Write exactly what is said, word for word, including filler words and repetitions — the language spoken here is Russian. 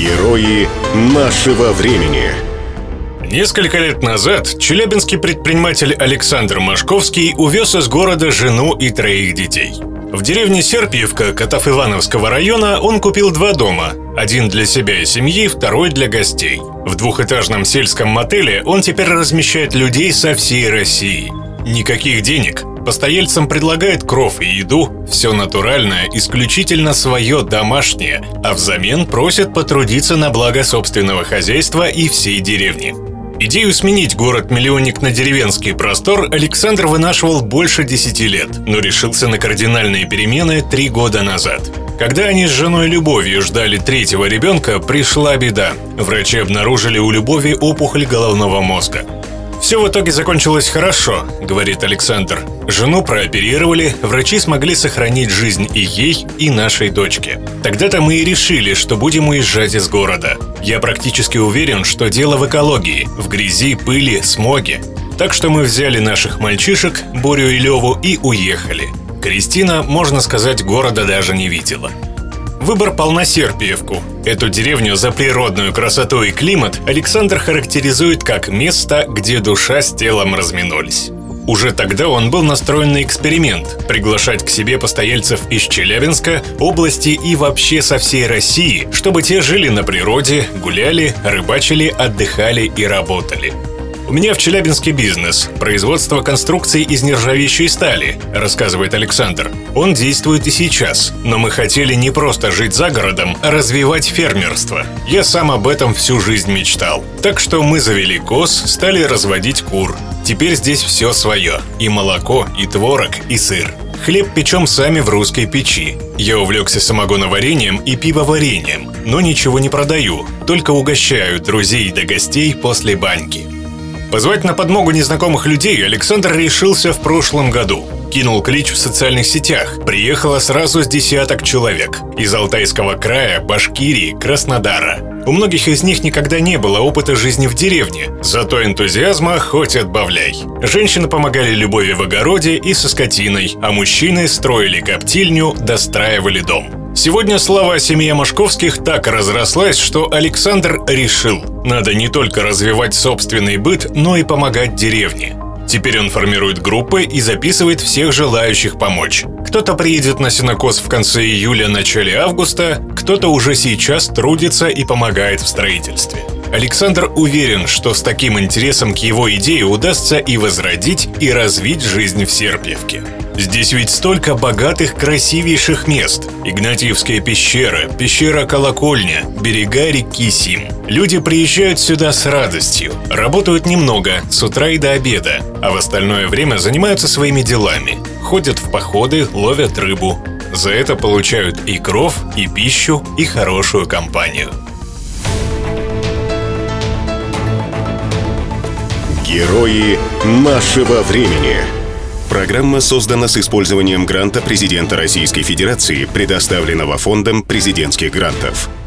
Герои нашего времени. Несколько лет назад челябинский предприниматель Александр Машковский увез из города жену и троих детей. В деревне Серпиевка Котов-Ивановского района он купил два дома. Один для себя и семьи, второй для гостей. В двухэтажном сельском мотеле он теперь размещает людей со всей России. Никаких денег. Постояльцам предлагает кров и еду. Все натуральное, исключительно свое, домашнее. А взамен просит потрудиться на благо собственного хозяйства и всей деревни. Идею сменить город-миллионник на деревенский простор Александр вынашивал больше десяти лет, но решился на кардинальные перемены три года назад. Когда они с женой Любовью ждали третьего ребенка, пришла беда. Врачи обнаружили у Любови опухоль головного мозга. «Все в итоге закончилось хорошо», — говорит Александр. «Жену прооперировали, врачи смогли сохранить жизнь и ей, и нашей дочке. Тогда-то мы и решили, что будем уезжать из города. Я практически уверен, что дело в экологии, в грязи, пыли, смоге. Так что мы взяли наших мальчишек, Борю и Леву, и уехали. Кристина, можно сказать, города даже не видела». Выбор пал на Серпиевку. Эту деревню за природную красоту и климат Александр характеризует как место, где душа с телом разминулись. Уже тогда он был настроен на эксперимент – приглашать к себе постояльцев из Челябинска, области и вообще со всей России, чтобы те жили на природе, гуляли, рыбачили, отдыхали и работали. «У меня в Челябинске бизнес – производство конструкций из нержавеющей стали», – рассказывает Александр. «Он действует и сейчас, но мы хотели не просто жить за городом, а развивать фермерство. Я сам об этом всю жизнь мечтал. Так что мы завели коз, стали разводить кур. Теперь здесь все свое – и молоко, и творог, и сыр. Хлеб печем сами в русской печи. Я увлекся самогоноварением и пивоварением, но ничего не продаю, только угощаю друзей да гостей после баньки». Позвать на подмогу незнакомых людей Александр решился в прошлом году. Кинул клич в социальных сетях. Приехало сразу с десяток человек. Из Алтайского края, Башкирии, Краснодара. У многих из них никогда не было опыта жизни в деревне. Зато энтузиазма хоть отбавляй. Женщины помогали Любови в огороде и со скотиной, а мужчины строили коптильню, достраивали дом. Сегодня слава о семье Машковских так разрослась, что Александр решил: надо не только развивать собственный быт, но и помогать деревне. Теперь он формирует группы и записывает всех желающих помочь. Кто-то приедет на сенокос в конце июля, начале августа, кто-то уже сейчас трудится и помогает в строительстве. Александр уверен, что с таким интересом к его идее удастся и возродить, и развить жизнь в Серпиевке. Здесь ведь столько богатых, красивейших мест. Игнатьевская пещера, пещера Колокольня, берега реки Сим. Люди приезжают сюда с радостью. Работают немного, с утра и до обеда, а в остальное время занимаются своими делами. Ходят в походы, ловят рыбу. За это получают и кров, и пищу, и хорошую компанию. Герои нашего времени. Программа создана с использованием гранта президента Российской Федерации, предоставленного Фондом президентских грантов.